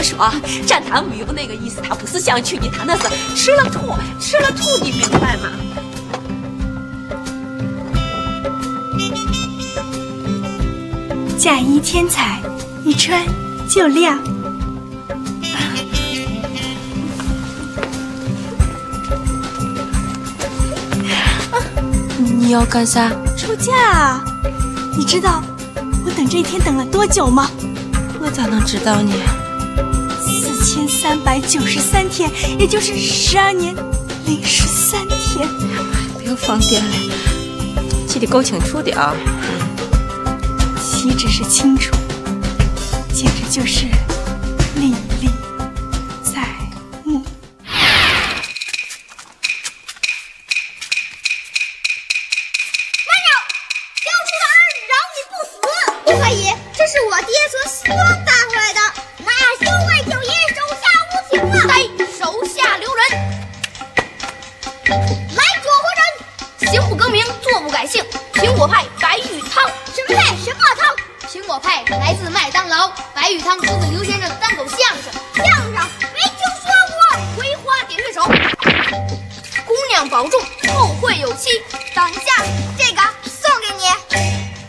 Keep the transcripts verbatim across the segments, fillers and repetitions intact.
说，战堂没有那个意思，他不是想娶你，他那是吃了吐，吃了吐，你明白吗？ 嫁衣添彩，一穿就亮。 你要干啥？ 出嫁啊！你知道我等这一天等了多久吗？ 我咋能知道呢？ 四千三百九十三天，也就是十二年零十三天。 不要放电了，记得够清楚的啊。 岂止是清楚，简直就是历历在目。 可以，这是我爹说希望带回来的。那兄妹九爷手下无情啊！ 在手下留人， 来捉活人。 行不更名，坐不改姓。苹果派白玉汤， 什么派？什么汤？ 苹果派来自麦当劳，白玉汤出自刘先生的单口相声。 相声没听说过。 葵花点穴手，姑娘保重，后会有期。 等一下，这个送给你。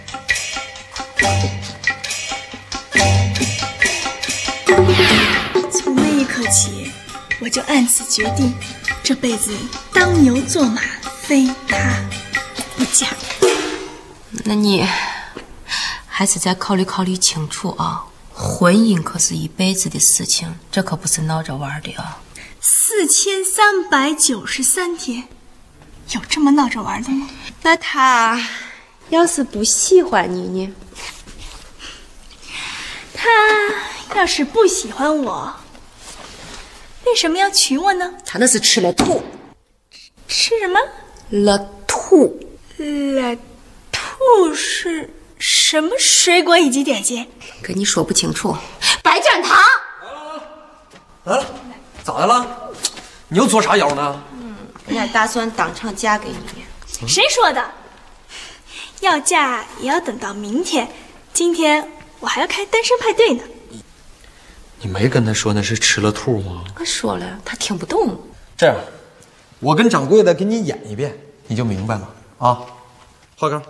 从那一刻起，我就暗自决定，这辈子当牛做马非他不嫁。 那你还是再考虑考虑清楚啊！婚姻可是一辈子的事情，这可不是闹着玩的啊！ 四千三百九十三天，有这么闹着玩的吗？ 那他要是不喜欢你呢？ 他要是不喜欢我，为什么要娶我呢？ 他那是吃了吐。 吃什么？ 了吐。 了吐是什么水果以及点心？ 跟你说不清楚。白展堂来了，咋的了？你又作啥妖呢？ 嗯，人家打算当场嫁给你。 谁说的？要嫁也要等到明天，今天我还要开单身派对呢。 你没跟他说那是吃了吐吗？ 我说了，他听不懂。 这样，我跟掌柜的给你演一遍，你就明白了啊。浩哥，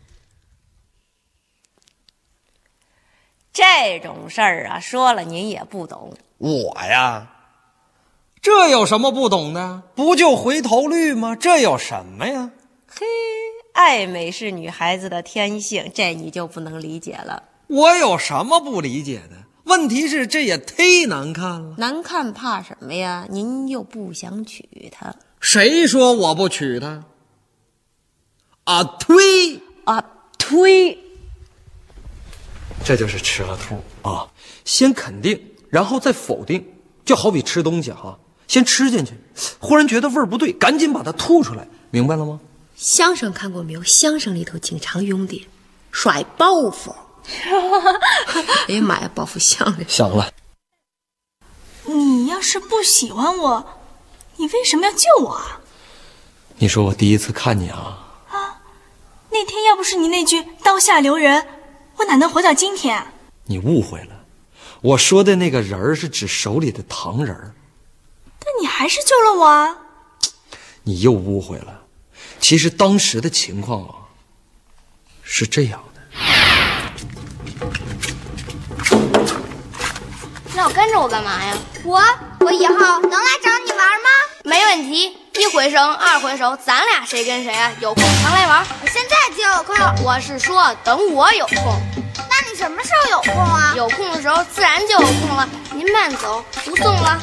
这种事儿啊，说了您也不懂。 我呀，这有什么不懂的？不就回头率吗？这有什么呀？ 嘿，爱美是女孩子的天性，这你就不能理解了。 我有什么不理解的？问题是这也忒难看了。 难看怕什么呀？您又不想娶她。 谁说我不娶她？啊推啊推， 这就是吃了吐啊！先肯定，然后再否定，就好比吃东西哈、啊，先吃进去，忽然觉得味儿不对，赶紧把它吐出来，明白了吗？ 相声看过没有？相声里头经常用的甩包袱。哎呀妈呀，包袱响了， 响了。 你要是不喜欢我，你为什么要救我啊？ 你说我第一次看你啊。 那天要不是你那句刀下留人，我哪能活到今天啊？ 你误会了，我说的那个人儿是指手里的糖人儿。 但你还是救了我啊！ 你又误会了，其实当时的情况啊是这样的。 你要跟着我干嘛呀？ 我我以后能来找你玩吗？ 没问题，一回生二回熟，咱俩谁跟谁啊？有空常来玩。 我现在就有空。 我是说等我有空。 那你什么时候有空啊？ 有空的时候自然就有空了。您慢走，不送了。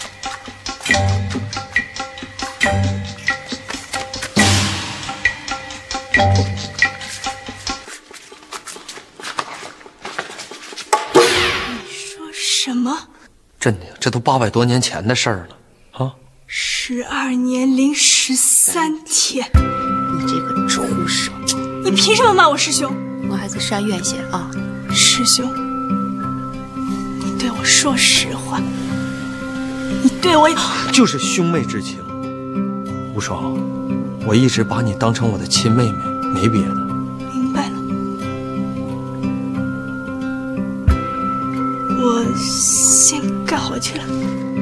你说什么？ 真的，这都八百多年前的事儿了啊！ 十二年零十三天， 你这个畜生！ 你凭什么骂我师兄？ 我还是善愿些啊！ 师兄，你对我说实话，你对我有就是兄妹之情。无双，我一直把你当成我的亲妹妹，没别的。 明白了，我先该回去了。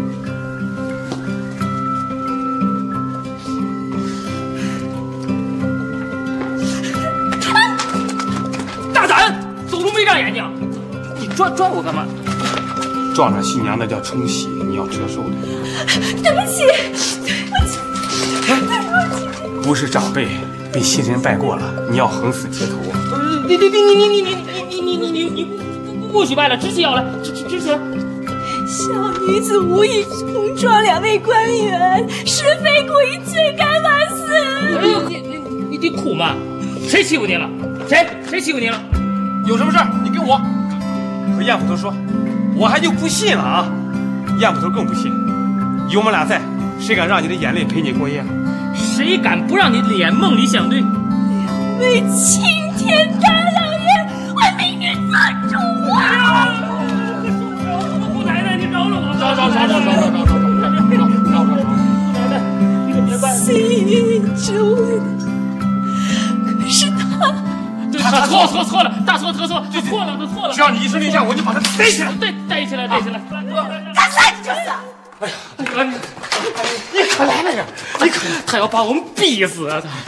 大胆，走路没长眼睛！你拽拽我干嘛？ 撞上新娘那叫冲喜，你要折寿的。 对不起，对不起，对不起。 不是长辈被新人拜过了，你要横死街头啊！ 你你你你你你你你你你你你不许拜了，支起腰来，支支支起来！ 小女子无意冲撞两位官员，是非故意，罪该万死。 哎呦，你你你你哭嘛？谁欺负你了？谁谁欺负你了？有什么事儿你跟我和燕捕头说，我还就不信了啊！燕捕头更不信，有我们俩在，谁敢让你的眼泪陪你过夜？ 谁敢不让你脸梦里相对？ 两位青天大老爷，为民女做主啊！ 姑奶奶，你饶了我！饶饶饶饶饶饶饶饶饶饶饶饶！姑奶奶，你可别拜了。 心中，可是他。 对，他错错错了，大错特错，他错了，他错了。 只要你一声令下，我就把他逮起来。 对，逮起来，逮起来。 他才就是。 哎呀，哥，你你可来了呀！你可，他要把我们逼死啊！他。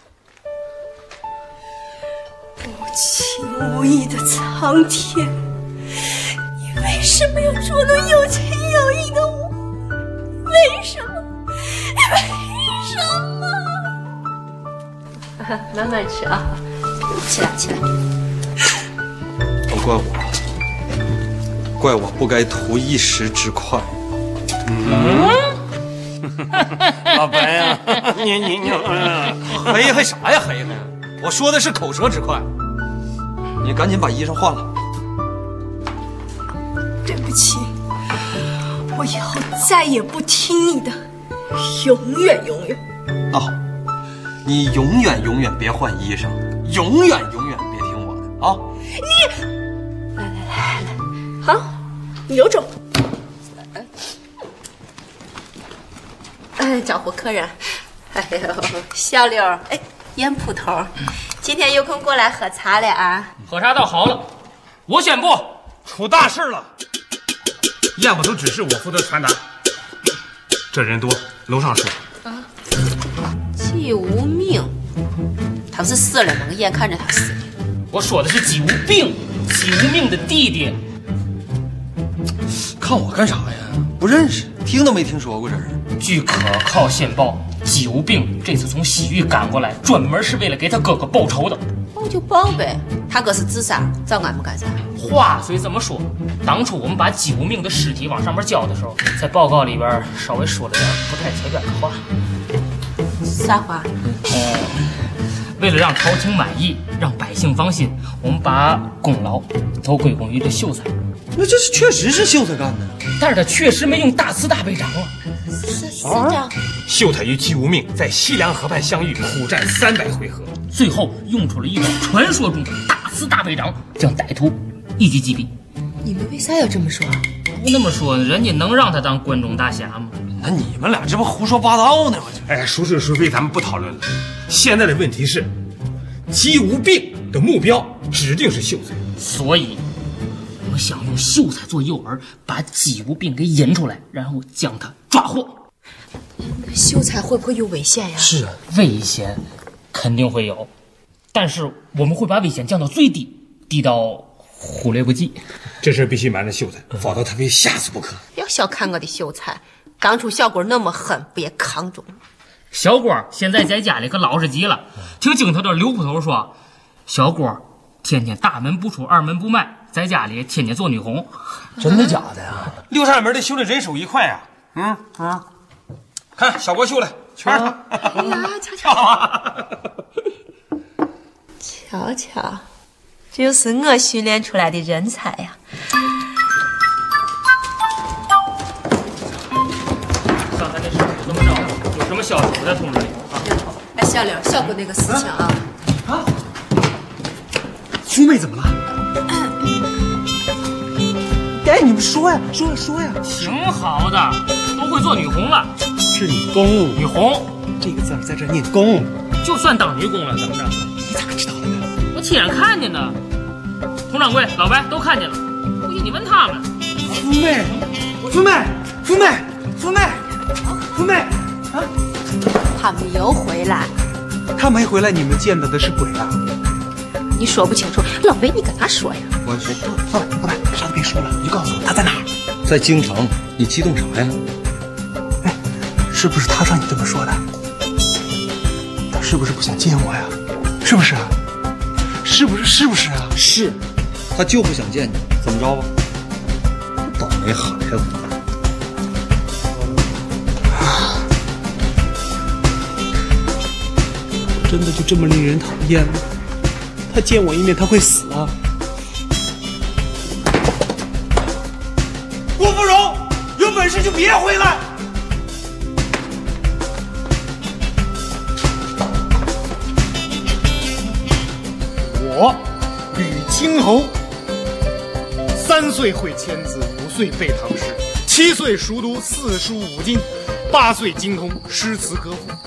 无情无义的苍天，你为什么要捉弄有情有义的我？为什么？为什么？ 慢慢吃啊，起来起来。 都怪我，怪我不该图一时之快。 嗯，老白呀，你你你， 嘿嘿啥呀嘿嘿？我说的是口舌之快。你赶紧把衣裳换了。 对不起，我以后再也不听你的，永远永远。 那好，你永远永远别换衣裳，永远永远别听我的啊！ 你，来来来来，好，你有种。 哎，招呼客人。哎呦，小刘，哎，燕捕头，今天有空过来喝茶了啊？ 喝茶倒好了，我宣布出大事了。燕捕头指示我负责传达。这人多，楼上说。 啊，季无命，他不是死了吗？我眼看着他死的。 我说的是季无病，季无命的弟弟。 看我干啥呀？不认识，听都没听说过这人。 据可靠线报，季无病这次从西域赶过来，专门是为了给他哥哥报仇的。 报就报呗，他哥是自杀，找俺们干啥？ 话虽这么说，当初我们把季无命的尸体往上面交的时候，在报告里边稍微说了点不太扯边的话。 啥话？ 呃，为了让朝廷满意，让百姓放心，我们把功劳都归功于这秀才。 那这是确实是秀才干的， 但是他确实没用大慈大悲掌啊。 是是这样。 秀才与季无命在西凉河畔相遇，苦战三百回合， 最后用出了一招传说中的大慈大悲掌，将歹徒一击击毙。 你们为啥要这么说？ 不那么说，人家能让他当关中大侠吗？ 那你们俩这不胡说八道呢吗？ 哎，孰是孰非咱们不讨论了。现在的问题是，季无病的目标指定是秀才， 所以我们想用秀才做诱饵，把季无病给引出来，然后将他抓获。 秀才会不会有危险呀？ 是啊， 危险肯定会有，但是我们会把危险降到最低，低到忽略不计。 这事必须瞒着秀才，否则他非吓死不可。 不要小看我的秀才，当初小鬼那么狠，不也扛住了？ 小郭现在在家里可老实极了，听经头的刘捕头说，小郭天天大门不出二门不迈，在家里天天做女红。 真的假的呀？ 六扇门的修的人手一快呀、啊！嗯嗯，看小郭修的，全是他。 哎呀，瞧瞧，瞧瞧，这就是我训练出来的人才呀！ 刚才那事就这么着，有什么消息我再通知你啊。 哎，小刘，小郭那个事情啊， 啊，苏妹怎么了？ 哎，你们说呀，说呀，说呀！ 挺好的，都会做女红了。 是女工， 女红这个字在这念工， 就算当女工了，怎么着？ 你咋知道的呢？ 我亲眼看见的，佟掌柜、老白都看见了。不信你问他们。 福妹，福妹，福妹，福妹，福妹啊！ 他们又回来。 他没回来，你们见到的是鬼啊？ 你说不清楚，老魏，你跟他说呀。 我说， 老板，老板，啥都别说了，你就告诉我他在哪儿。 在京城，你激动啥呀？ 哎，是不是他让你这么说的？他是不是不想见我呀？是不是啊？是不是？是不是啊？ 是，他就不想见你，怎么着吧？倒霉孩子！ 真的就这么令人讨厌吗？他见我一面，他会死啊！郭芙蓉，有本事就别回来！ 我吕青侯，三岁会签字，五岁背唐诗，七岁熟读四书五经，八岁精通诗词歌赋。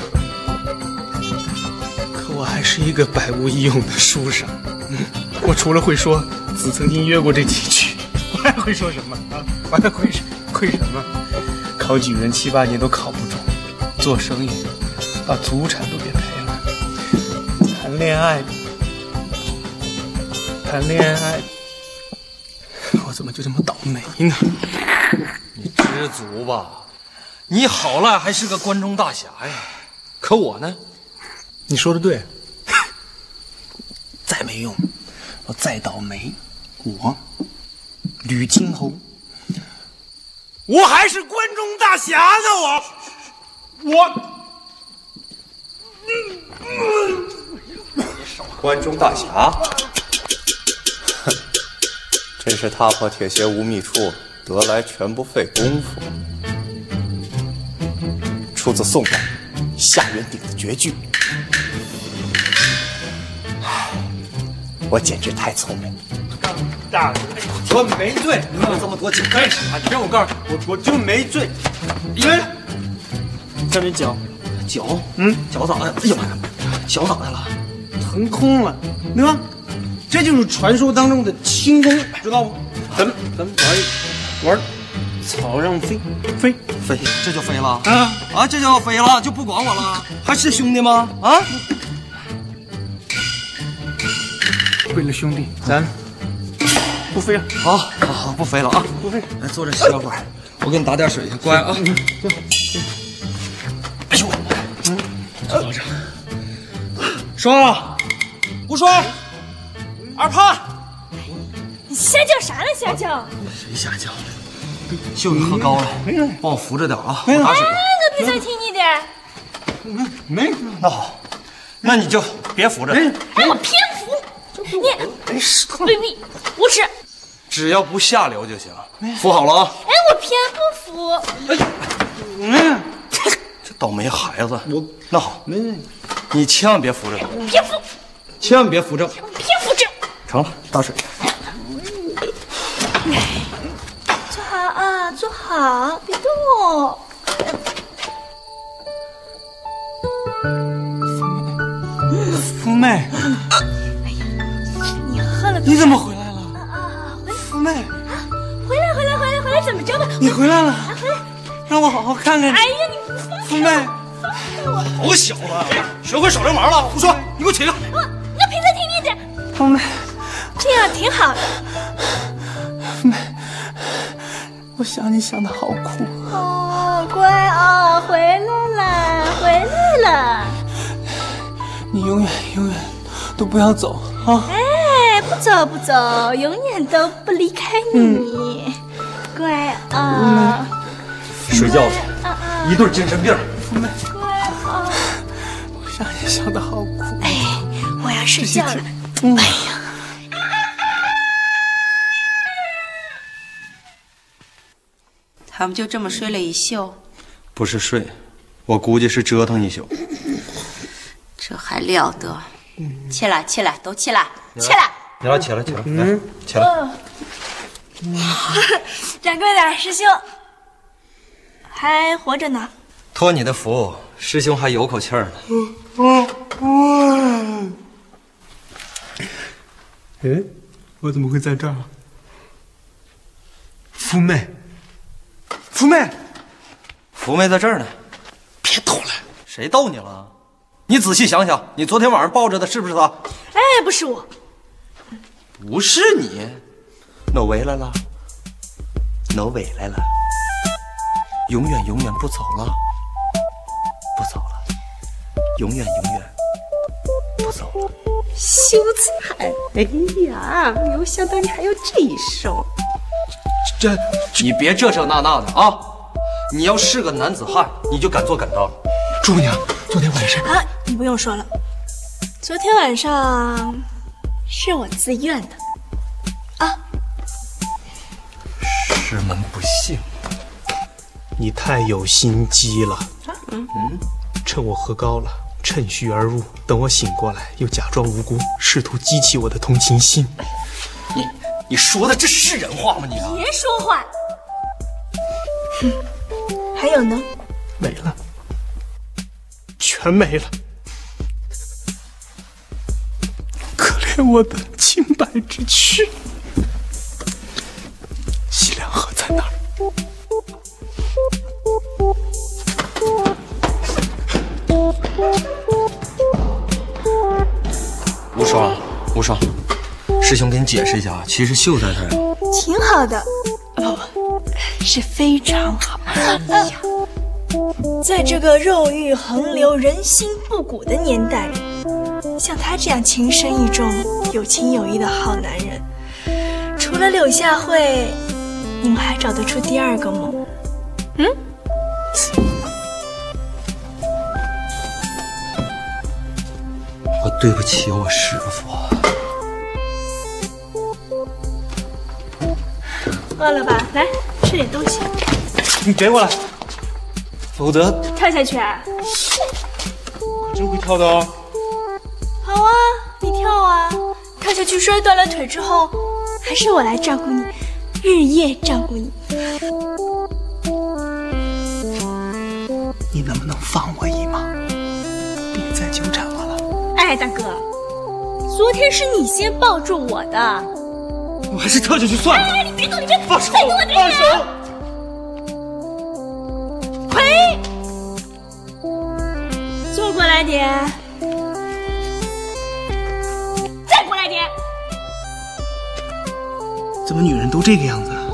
可我还是一个百无一用的书生。嗯，我除了会说“子曾经约过”这几句，我还会说什么啊？我还会会什么？考举人七八年都考不中，做生意把祖产都给赔了，谈恋爱。谈恋爱，我怎么就这么倒霉呢？ 你知足吧，你好赖还是个关中大侠呀。可我呢？ 你说的对，再没用，我再倒霉，我吕青侯，我还是关中大侠呢！我我， 关中大侠。真是踏破铁鞋无觅处，得来全不费工夫。出自宋代夏元鼎的绝句。我简直太聪明。 大人，我没醉，你问这么多酒干啥？你让我告诉你，我我就没醉。因为这里脚脚，嗯，脚咋的？哎呀妈呀，脚咋的了？腾空了，对吧？这就是传说当中的轻功，知道不？咱们咱们玩玩草上飞飞飞，这就飞了啊啊！这就要飞了，就不管我了，还是兄弟吗？啊！ 为了兄弟，咱不飞了。 好，好，好，不飞了啊！ 不飞， 来坐着歇会儿，我给你打点水去，乖啊！ 嗯， 哎呦，嗯，坐着。说，不说。二胖， 你瞎叫啥呢？瞎叫！ 谁瞎叫？秀玉喝高了，帮我扶着点啊！ 哎，我别再听你的。 没，那好，那你就别扶着。 哎，我偏扶你。 没事， 对你无耻。 只要不下流就行。扶好了啊！ 哎，我偏不服。 哎，嗯，这倒霉孩子。我那好，你千万别扶着他。 别扶， 千万别扶正。 别扶正。 成了，打水。 坐好啊，坐好，别动。 福妹， 哎呀，你喝了？ 你怎么回来了？ 啊啊，回来！ 福妹， 回来，回来，回来，回来，怎么着吧？ 你回来了， 啊，回来！ 让我好好看看你。 哎呀，你不放福妹， 好小子，学会耍流氓了！胡说，你给我起来！ 我我偏在听你的。 福妹。 这样挺好的。 妹，我想你想的好苦。 哦，乖哦，回来了，回来了。 你永远永远都不要走啊！ 哎，不走不走，永远都不离开你。嗯、乖啊、哦。 睡觉去， 啊啊、 一对精神病。 妹， 乖啊、哦。 我想你想的好苦。 哎，我要睡觉了。 嗯、 哎呀。 他们就这么睡了一宿， 不是睡，我估计是折腾一宿。 这还了得！起来，起来，都起来，起来！ 你俩起来，起来，来，起来。 掌柜的，师兄还活着呢。 托你的福，师兄还有口气儿呢。 嗯嗯。哎，我怎么会在这儿？ 福妹，福妹， 福妹在这儿呢。 别逗了， 谁逗你了？你仔细想想，你昨天晚上抱着的是不是他？ 哎，不是我， 不是你，我回来了，我回来了，永远永远不走了，不走了，永远永远不走了。 秀才，哎呀，没有想到你还有这一手。 这，你别这这那那的啊！你要是个男子汉，你就敢做敢当。 朱姑娘，昨天晚上啊，你不用说了，昨天晚上是我自愿的啊。 师门不幸， 你太有心机了。 嗯嗯，趁我喝高了，趁虚而入，等我醒过来，又假装无辜，试图激起我的同情心。 你你说的这是人话吗？你别说话。哼，还有呢？ 没了，全没了。可怜我的清白之躯，西凉河在哪儿？ 无双，无双，师兄给你解释一下，其实秀太太挺好的，不不，是非常好。哎呀，在这个肉欲横流、人心不古的年代里，像他这样情深意重、有情有义的好男人，除了柳下惠，你们还找得出第二个吗？嗯？ 我对不起我师父。 饿了吧？来吃点东西。 你别过来，否则跳下去啊！ 可真会跳的哦。 好啊，你跳啊！跳下去摔断了腿之后，还是我来照顾你，日夜照顾你。 你能不能放我一马？别再纠缠我了。 哎，大哥，昨天是你先抱住我的。 我还是跳下去算了。 哎，你别动，你别放手！ 再给我点放手！ 葵，坐过来点，再过来点。 怎么女人都这个样子啊？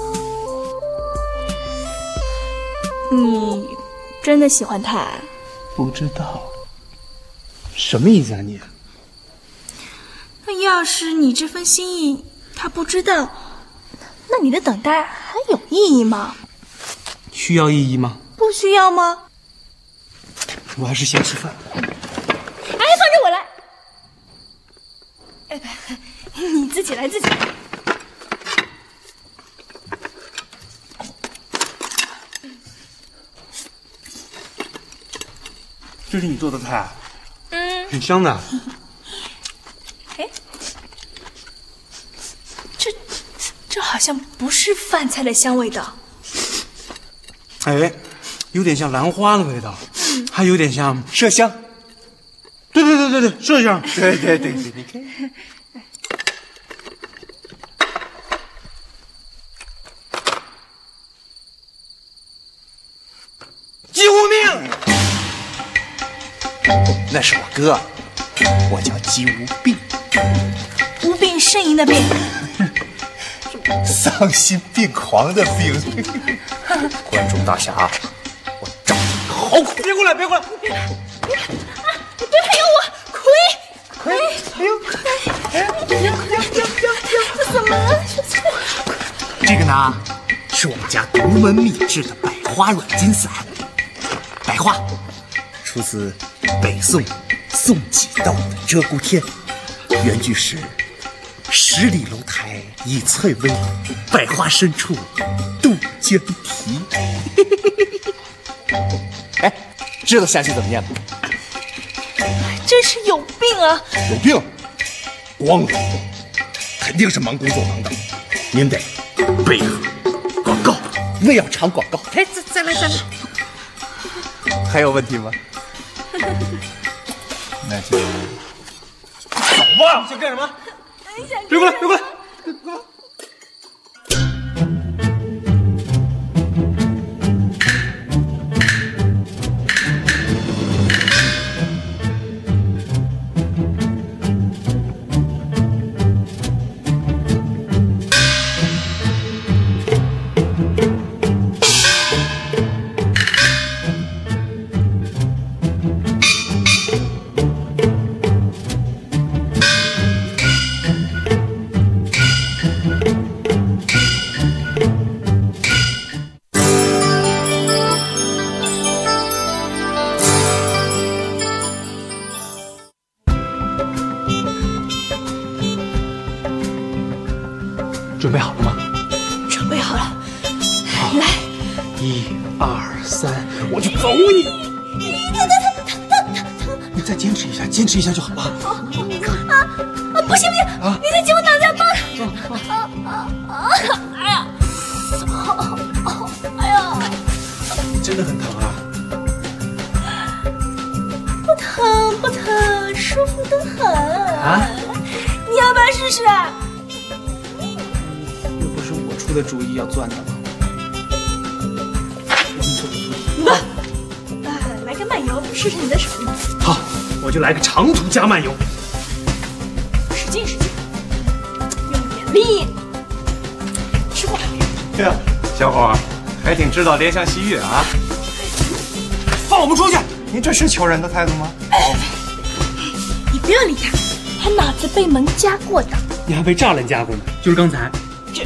你真的喜欢他？ 不知道，什么意思啊你？ 那要是你这份心意他不知道，那你的等待还有意义吗？ 需要意义吗？ 不需要吗？ 我还是先吃饭。 哎，放着我来。哎，你自己来，自己来。 这是你做的菜？ 嗯， 挺香的。 哎，这这好像不是饭菜的香味道。 哎，有点像兰花的味道， 嗯、 还有点像麝香。对对对对对，麝香。对对对对，你看。 救命！那是我哥，我叫姬无病。 无病呻吟的病。 丧心病狂的病。关中大侠，我找你好苦！ 别过来，别过来！ 别来！别来！啊！你别还有我，葵！葵！哎呦，葵！哎，别别别别别！怎么了？ 这个呢，是我们家独门秘制的百花软筋散。百花出自北宋宋几道的《鹧鸪天》，原句是“十里楼台一翠微，百花深处渡江啼”。哎，知道下去怎么念吗？ 真是有病啊！ 有病！光荣，肯定是忙工作忙的。您得配合广告，为要长广告。哎，再再来再来。还有问题吗？那就走吧。你想干什么？别过来，别过来！ 准备好了吗？ 准备好了，来， 一二三，我就走你！ 疼疼疼疼疼！ 你再坚持一下，坚持一下就好了。 啊啊啊！不行不行，啊、你再给我挡下帮！啊啊啊！哎呀！哎呀！ 真的很疼啊！ 不疼不疼，舒服得很啊！ 你要不要试试？ 又不是我出的主意要钻的吗？ 不，啊，来个慢游，试试你的手艺。 好，我就来个长途加慢游。 使劲使劲，用点力。吃过没有？ 对啊，小伙儿还挺知道怜香惜玉啊！ 放我们出去！ 您这是求人的态度吗？ 你不要理他，他脑子被门夹过的。 你还被栅栏夹过呢，就是刚才。 这，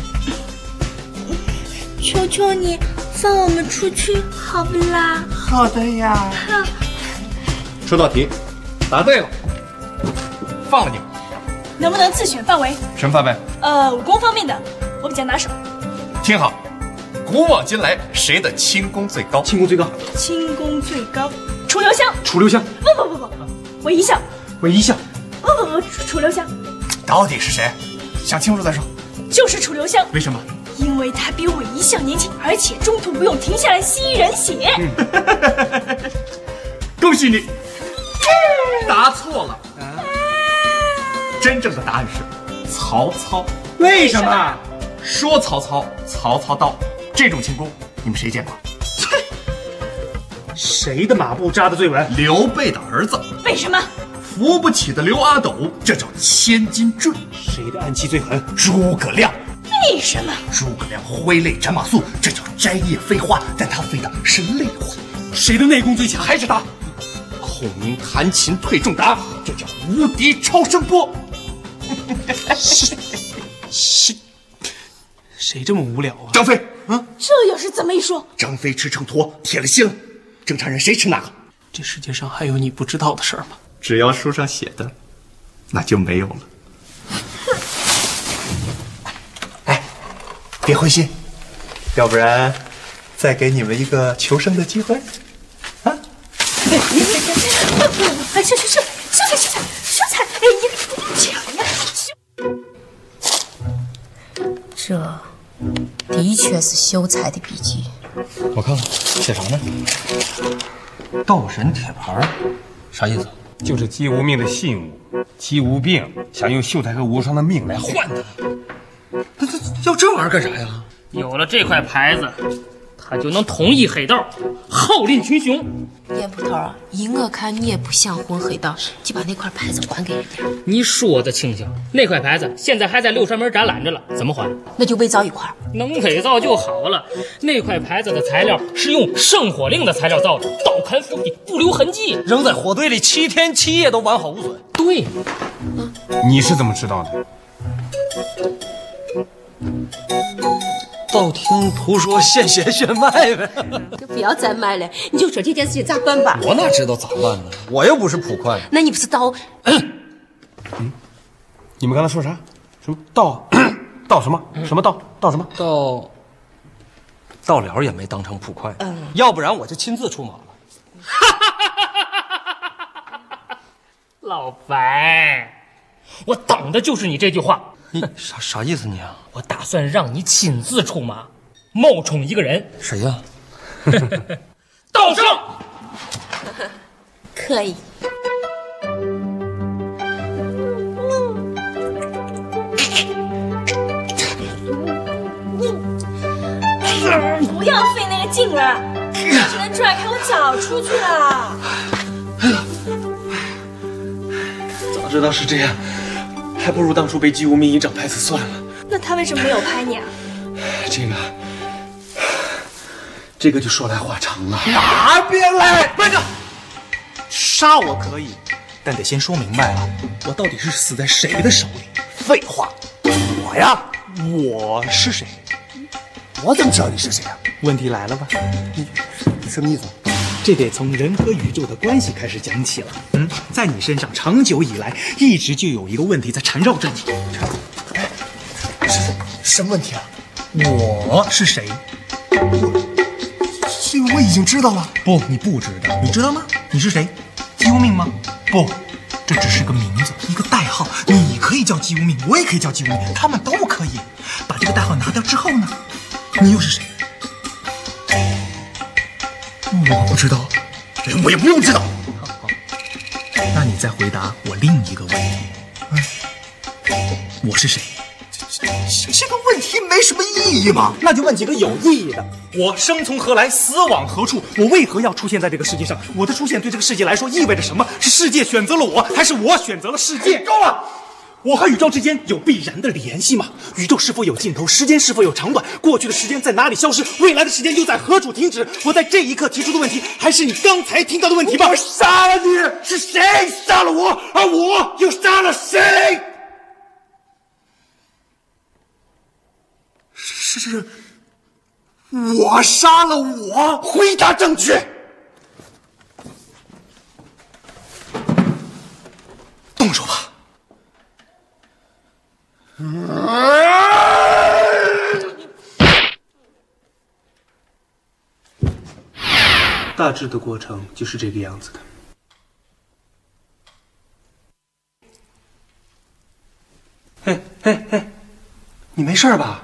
求求你放我们出去，好不啦？ 好的呀。出道题，答对了，放了你们。 能不能自选范围？ 什么范围？ 呃，武功方面的，我比较拿手。 听好，古往今来，谁的轻功最高？ 轻功最高。 轻功最高，楚留香。 楚留香。 不不不不，韦一笑。 韦一笑。 不不不，楚楚留香。 到底是谁？想清楚再说。 就是楚留香。 为什么？ 因为他比韦一笑年轻，而且中途不用停下来吸人血。 嗯、恭喜你， 答错了。啊、真正的答案是曹操。 为什么？ 说曹操，曹操到。这种轻功，你们谁见过？ 谁的马步扎得最稳？ 刘备的儿子。 为什么？ 扶不起的刘阿斗，这叫千斤坠。 谁的暗器最狠？ 诸葛亮。 为什么？ 诸葛亮挥泪斩马谡，这叫摘叶飞花，但他飞的是泪花。 谁的内功最强？ 还是他。孔明弹琴退仲达，这叫无敌超声波。 是是，谁这么无聊啊？ 张飞。 啊，这又是怎么一说？ 张飞吃秤砣，铁了心了。正常人谁吃那个？ 这世界上还有你不知道的事儿吗？ 只要书上写的，那就没有了。哎，别灰心，要不然再给你们一个求生的机会啊！ 哎，秀秀秀秀才秀才秀才，哎，你抢呀！ 这的确是秀才的笔记。 我看看写啥呢？斗神铁牌，啥意思？ 就是姬无命的信物，姬无病想用秀才和无双的命来换他。 他他要这玩意儿干啥呀？ 有了这块牌子，他就能统一黑道，号令群雄。 严捕头啊，依我看你也不想混黑道，就把那块牌子还给人家。 你说的清醒，那块牌子现在还在六扇门展览着了，怎么还？ 那就伪造一块。 能伪造就好了。那块牌子的材料是用圣火令的材料造的，刀砍斧劈，不留痕迹， 扔在火堆里七天七夜都完好无损。 对， 嗯、你是怎么知道的？ 道听途说，现血现脉呗。 就不要再卖了，你就说这件事情咋办吧。 我哪知道咋办呢？我又不是捕快。 那你不是刀？ 嗯，你们刚才说啥？什么道？道什么？什么道？道什么？ 道到了也没当成捕快，嗯，要不然我就亲自出马了。 老白，我等的就是你这句话。 你啥啥意思你啊？ 我打算让你亲自出马，冒充一个人。 谁呀？ 道圣。 可以。 不要费那个劲了，只能拽开我脚出去了。 哎呀，早知道是这样，还不如当初被姬无命一掌拍死算了。 那他为什么没有拍你啊？ 这个，这个就说来话长了。 哪边来？ 慢着，杀我可以，但得先说明白了，我到底是死在谁的手里？ 废话，我呀， 我是谁？ 我怎么知道你是谁呀？ 问题来了吧？ 你什么意思？ 这得从人和宇宙的关系开始讲起了。嗯，在你身上长久以来一直就有一个问题在缠绕着你。 哎，是什么问题啊？我是谁？我这个我已经知道了。不，你不知道。你知道吗？你是谁？姬无命吗？不，这只是个名字，一个代号。你可以叫姬无命，我也可以叫姬无命，他们都可以。把这个代号拿掉之后呢，你又是谁？我不知道，我也不用知道。好，好，那你再回答我另一个问题。嗯，我是谁？这个问题没什么意义嘛，那就问几个有意义的。我生从何来，死往何处？我为何要出现在这个世界上？我的出现对这个世界来说意味着什么？是世界选择了我，还是我选择了世界？够了！我和宇宙之间有必然的联系吗？宇宙是否有尽头？时间是否有长短？过去的时间在哪里消失？未来的时间又在何处停止？我在这一刻提出的问题，还是你刚才听到的问题吗？我杀了你！是谁杀了我？而我又杀了谁？是我杀了我？回答正确。动手吧。大致的过程就是这个样子的。嘿嘿嘿，你没事吧？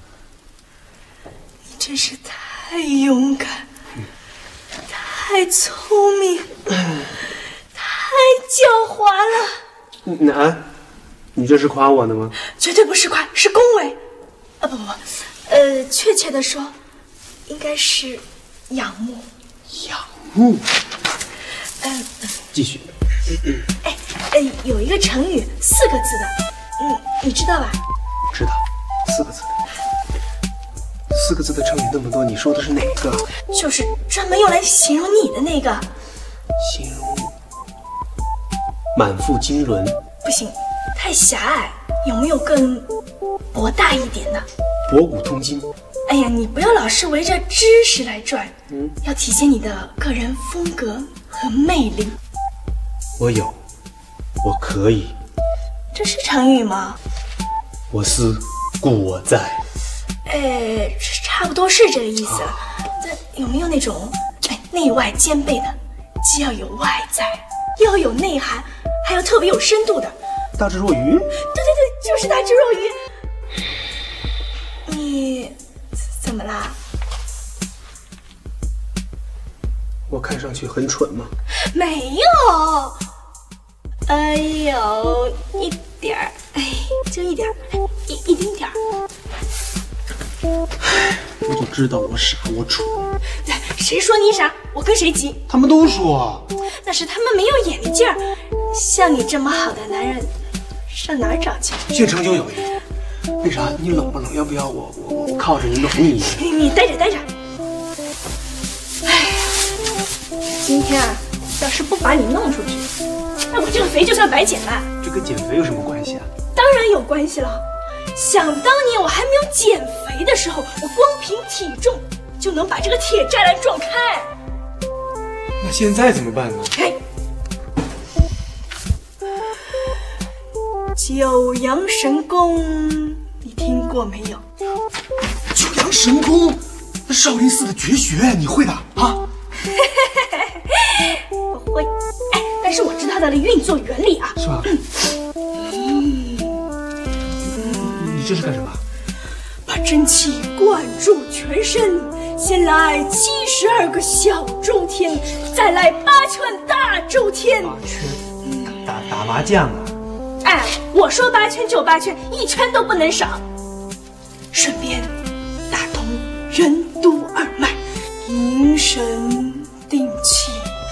你真是太勇敢，嗯、太聪明，嗯、太狡猾了。 那，你这是夸我呢吗？ 绝对不是夸，是恭维。啊不不不，呃，确切的说，应该是仰慕。 仰慕。 嗯、呃， 继续。 哎哎，有一个成语四个字的，嗯，你知道吧？ 知道，四个字的。四个字的成语那么多，你说的是哪个？ 就是专门用来形容你的那个。 形容满腹经纶。 不行，太狭隘，有没有更博大一点的？ 博古通今。 哎呀，你不要老是围着知识来转，嗯，要体现你的个人风格和魅力。 我有，我可以。 这是成语吗？ 我思故我在。 哎，差不多是这个意思。但有没有那种哎内外兼备的？既要有外在，又要有内涵，还要特别有深度的。 大智若愚？对对对，就是大智若愚。你怎么啦？ 我看上去很蠢吗？ 没有。哎呦，一点儿，哎，就一点儿，一一丁点儿。 我就知道我傻，我蠢。 谁说你傻？我跟谁急？ 他们都说。 那是他们没有眼力劲儿。像你这么好的男人，上哪儿找去？ 县城就有一个。那啥，你冷不冷？要不要我我我靠着你暖你一下？ 你你待着待着。哎呀，今天啊，要是不把你弄出去，那我这个肥就算白减了。 这跟减肥有什么关系啊？ 当然有关系了。想当年我还没有减肥的时候，我光凭体重就能把这个铁栅栏撞开。 那现在怎么办呢？ 嘿，九阳神功，你听过没有？ 九阳神功，少林寺的绝学，你会的啊？ 我会，哎，但是我知道它的运作原理啊。 是吧？ 嗯， 你这是干什么？ 把真气灌注全身，先来七十二个小周天，再来八圈大周天。 八圈，打打麻将啊？ 哎，我说八圈就八圈，一圈都不能少。顺便打通任督二脉，凝神定气。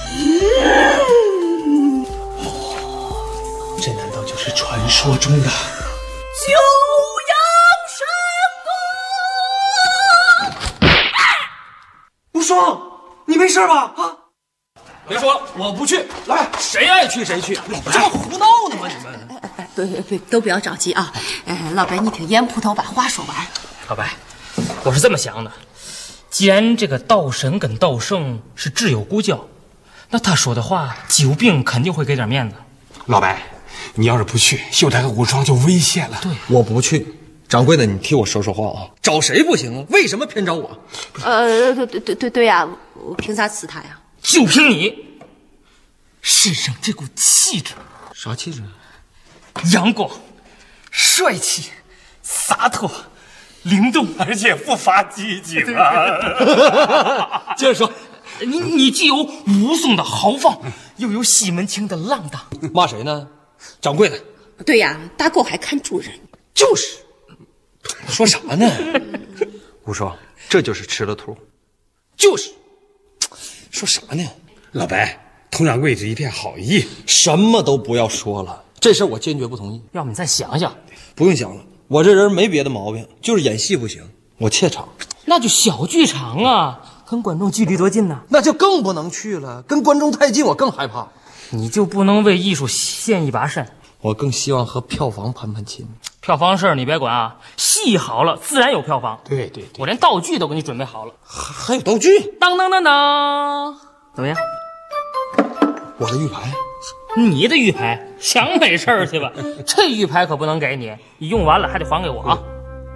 嗯， 哦，这难道就是传说中的九阳神功？ 无双，你没事吧？啊？ 别说了，我不去。来，谁爱去谁去。老白，这么胡闹呢吗？你们？ 哎，不不，都不要着急啊。呃，老白，你听烟葡萄把话说完。 老白，我是这么想的，既然这个道神跟道圣是挚友孤交，那他说的话，姬无病肯定会给点面子。 老白，你要是不去，秀才和无双就危险了。 对， 我不去， 掌柜的，你替我说说话啊！找谁不行啊？为什么偏找我？ 呃，对对对对对呀，我凭啥刺他呀？ 就凭你身上这股气质。 啥气质？ 阳光、帅气、洒脱、灵动， 而且不乏激情啊！ 接着说，你你既有武松的豪放，又有西门庆的浪荡。 骂谁呢？掌柜的。 对呀，打狗还看主人。 就是。说啥呢？吴叔，这就是吃了兔。就是。说啥呢？ 老白，佟掌柜是一片好意， 什么都不要说了，这事我坚决不同意。 要不你再想想。 不用想了，我这人没别的毛病，就是演戏不行，我怯场。 那就小剧场啊，跟观众距离多近呢？ 那就更不能去了，跟观众太近我更害怕。 你就不能为艺术献一把身？ 我更希望和票房攀攀亲。 票房事儿你别管啊，戏好了自然有票房。 对对对， 我连道具都给你准备好了。 还还有道具？ 当当当当，怎么样？ 我的玉牌。 你的玉牌想没事儿去吧？这玉牌可不能给你，你用完了还得还给我啊。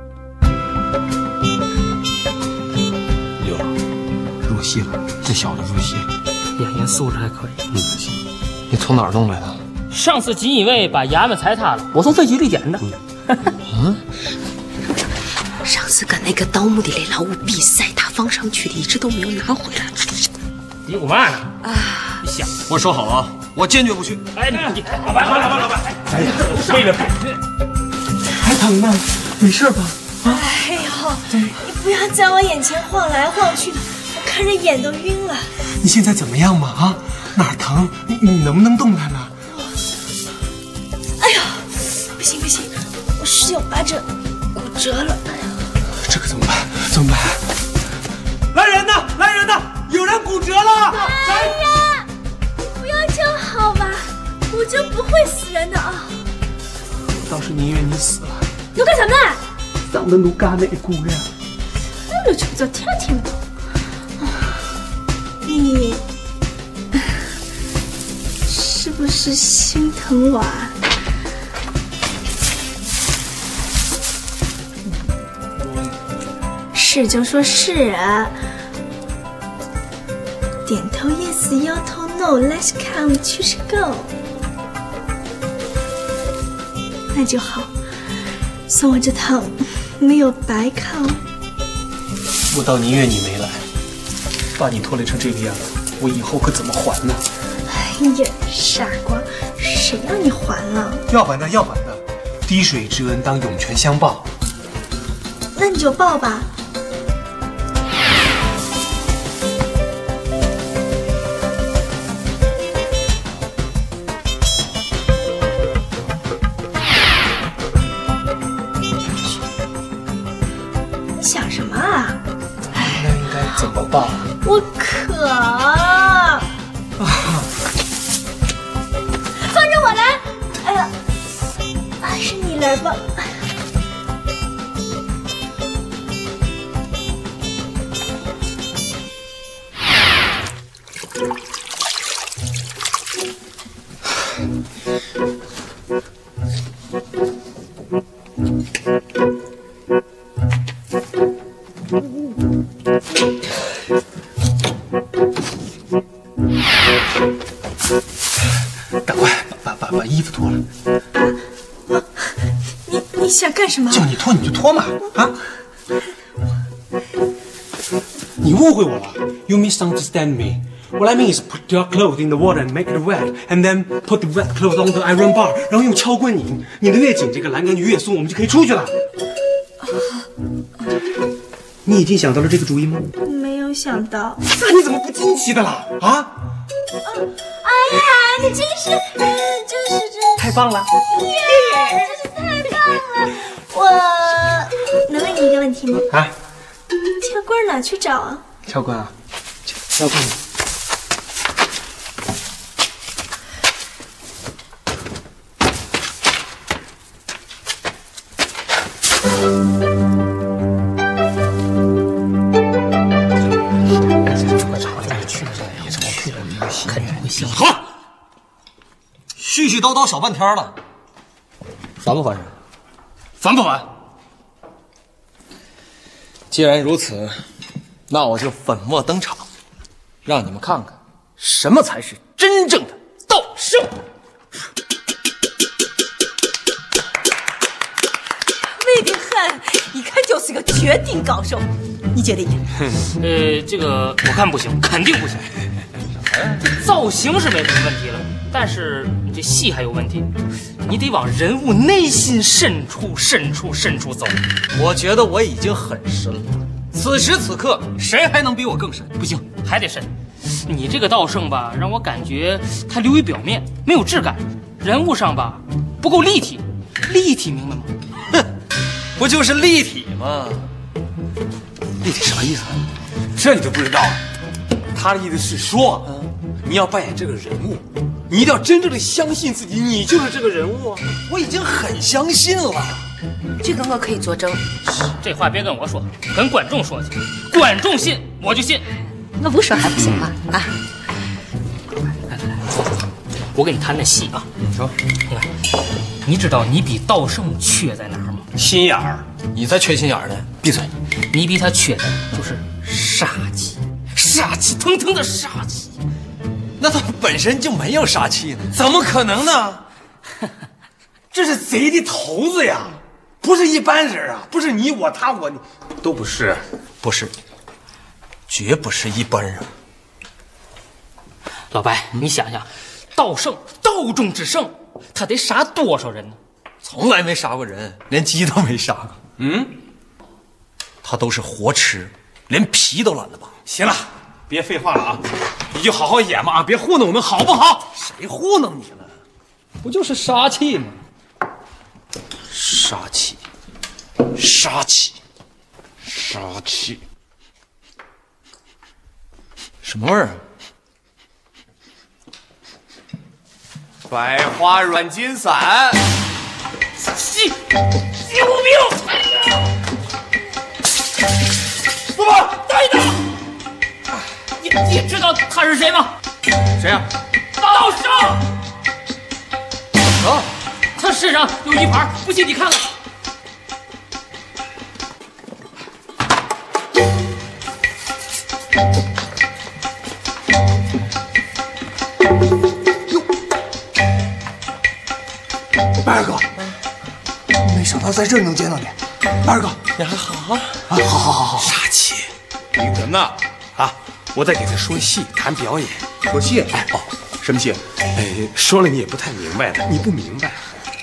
刘儿，入戏了，这小子入戏了， 演员素质还可以。 嗯，行。 你从哪儿弄来的？ 上次锦衣卫把衙门踩塌了，我从废墟里捡的。 嗯，上次跟那个盗墓的雷老五比赛，他放上去的一直都没有拿回来。 嘀咕嘛呢？ 啊！ 想， 我说好了啊，我坚决不去。 哎，你老白，老白，老白，哎呀，为了还疼呢，没事吧？ 啊！哎呦，你不要在我眼前晃来晃去的，我看着眼都晕了。 你现在怎么样嘛？啊，哪儿疼？你你能不能动弹呢？ 哎呦，不行不行，我室友把这骨折了。哎呀， 这可怎么办？怎么办？来人呐！来人呐！有人骨折了！ 哎呀，不要这样好吧？骨折不会死人的啊。 我倒是宁愿你死了。 要干什么呢？ 上的奴干那姑呀！ 那就昨天听不懂。你是不是心疼我啊？是就说是啊。点头 yes， 摇头 no，Let's come， 去是 go。那就好，算我这趟没有白靠。 我倒宁愿你没来，把你拖累成这个样子，我以后可怎么还呢？ 哎呀，傻瓜，谁让你还了？ 要还的，要还的，滴水之恩当涌泉相报。 那你就报吧。想什么啊？ 那应该怎么报？ 我渴。啊！放着我来。哎呀，还是你来吧。 赶快把把把衣服脱了。 我，你你想干什么？ 叫你脱你就脱嘛！啊！你误会我了。You misunderstand me. What I mean is put your clothes in the water and make it wet, and then put the wet clothes on the iron bar. 然后用敲棍拧，拧得越紧，这个栏杆就越松，我们就可以出去了。你已经想到了这个主意吗？ 没有想到。 那你怎么不惊奇的啦？啊？ 哎呀，你真是，嗯，真是真太棒了！ 耶，真是太棒了！我能问你一个问题吗？ 啊？ 撬棍哪去找啊？ 撬棍啊？撬棍。 好了，絮絮叨叨小半天了，烦不烦人？ 烦不烦？ 既然如此，那我就粉墨登场，让你们看看什么才是真正的道圣。 魏定汉一看就是个绝顶高手，你觉得呢？ 呃，这个我看不行，肯定不行。这造型是没什么问题了，但是你这戏还有问题，你得往人物内心深处、深处、深处走。 我觉得我已经很深了，此时此刻，谁还能比我更深？ 不行，还得深。你这个道圣吧，让我感觉它流于表面，没有质感，人物上吧不够立体，立体明白吗？ 哼，不就是立体吗？立体啥意思？ 这你都不知道？他的意思是说，嗯，你要扮演这个人物，你一定要真正的相信自己，你就是这个人物啊！ 我已经很相信了， 这个我可以作证。 这话别跟我说，跟观众说去，观众信我就信。 我不说还不行吗？嗯、啊！ 来来来，我给你谈谈戏啊。 你说， 你看，你知道你比道圣缺在哪儿吗？ 心眼儿。 你才缺心眼儿呢！闭嘴！ 你比他缺的就是杀气，杀气腾腾的杀气。 那他本身就没有杀气呢， 怎么可能呢？这是贼的头子呀，不是一般人啊，不是你我他我你，都不是， 不是，绝不是一般人。 老白，你想想，道圣，道中之圣，他得杀多少人呢？ 从来没杀过人，连鸡都没杀过。 嗯， 他都是活吃，连皮都懒得扒。 行了，别废话了啊，你就好好演吧啊，别糊弄我们好不好？ 谁糊弄你了？不就是杀气吗？ 杀气，杀气，杀气， 什么味儿啊？ 百花软筋散。 救救命！不不，带他！你你知道他是谁吗？ 谁呀、啊？ 道圣。 啊！ 他身上有一盘，不信你看看。 白二哥，没想到在这儿能见到你。白二哥， 你还好啊？ 啊，好好好好。 杀气，领人呐！啊，我在给他说戏，谈表演。 说戏？ 哎哦，什么戏？哎，说了你也不太明白的，你不明白。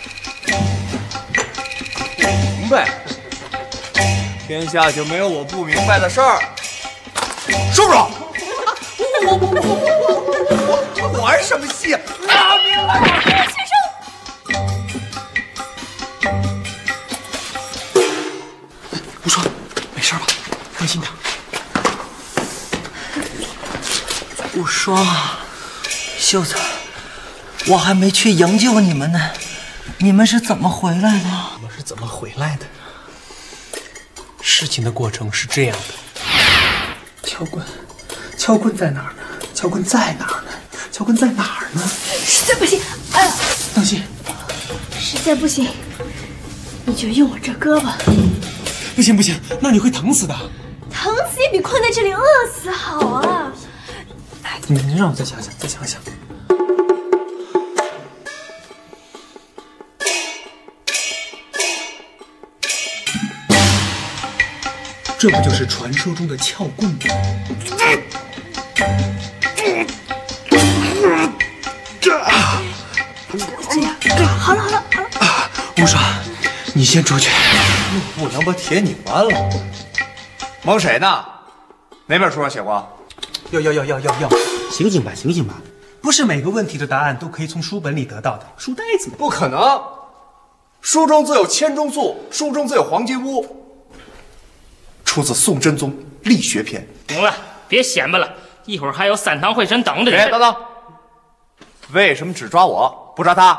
明白， 天下就没有我不明白的事儿，是不是？我我我我我我玩什么戏？啊，明白了，先生。 无双，没事吧？放心点。 无双，秀子，我还没去营救你们呢，你们是怎么回来的？ 我们是怎么回来的？事情的过程是这样的： 敲棍，敲棍在哪儿呢？敲棍在哪儿呢？敲棍在哪儿呢？ 实在不行，哎呀， 当心！ 实在不行，你就用我这胳膊。 不行不行，那你会疼死的。 疼死也比困在这里饿死好啊！ 你你让我再想想，再想想。这不就是传说中的撬棍吗？ 这样，好了好了好了。 啊，无双，你先出去，不能把铁拧弯了。 蒙谁呢？哪本书上写过？ 要要要要要要！ 醒醒吧，醒醒吧！ 不是每个问题的答案都可以从书本里得到的，书呆子不可能。书中自有千钟粟，书中自有黄金屋。出自宋真宗力学篇。 行了，别显摆了，一会儿还有三堂会审等着你。 哎，等等，为什么只抓我，不抓他？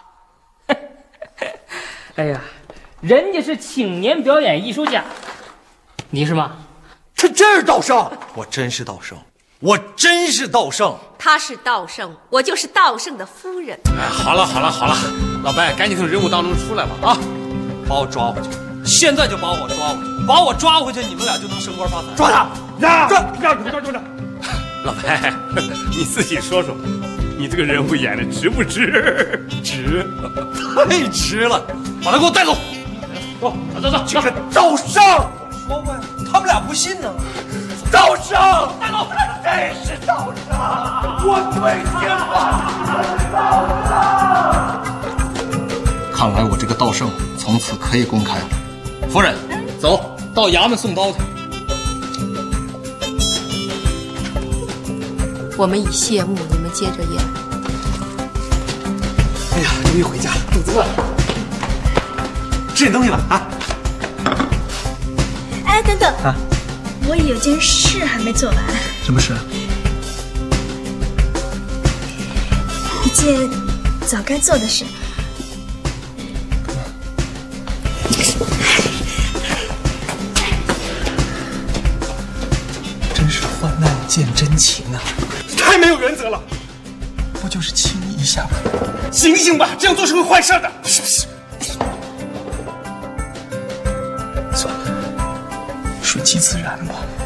哎呀，人家是青年表演艺术家，你是吗？ 他真是道圣， 我真是道圣，我真是道圣。 他是道圣，我就是道圣的夫人。 哎，好了好了好了，老白，赶紧从人物当中出来吧啊！ 把我抓回去，现在就把我抓回去。 把我抓回去，你们俩就能升官发财。 抓他！ 抓抓抓抓抓抓！ 老白，你自己说说，你这个人物演的值不值？ 值，太值了！把他给我带走。 走走走， 这个赵胜， 说过呀，他们俩不信呢。 赵胜，带走！这是赵胜，我对天发誓，赵胜。 看来我这个道圣从此可以公开了。夫人，走到衙门送刀去。 我们已谢幕，你们接着演。 哎呀，终于回家了，肚子饿了。吃点东西吧啊！ 哎，等等啊， 我有件事还没做完。 什么事？ 一件早该做的事。 真是患难见真情啊！太没有原则了，不就是亲你一下吗？醒醒吧，这样做是会坏事的。是不是？算了，顺其自然吧。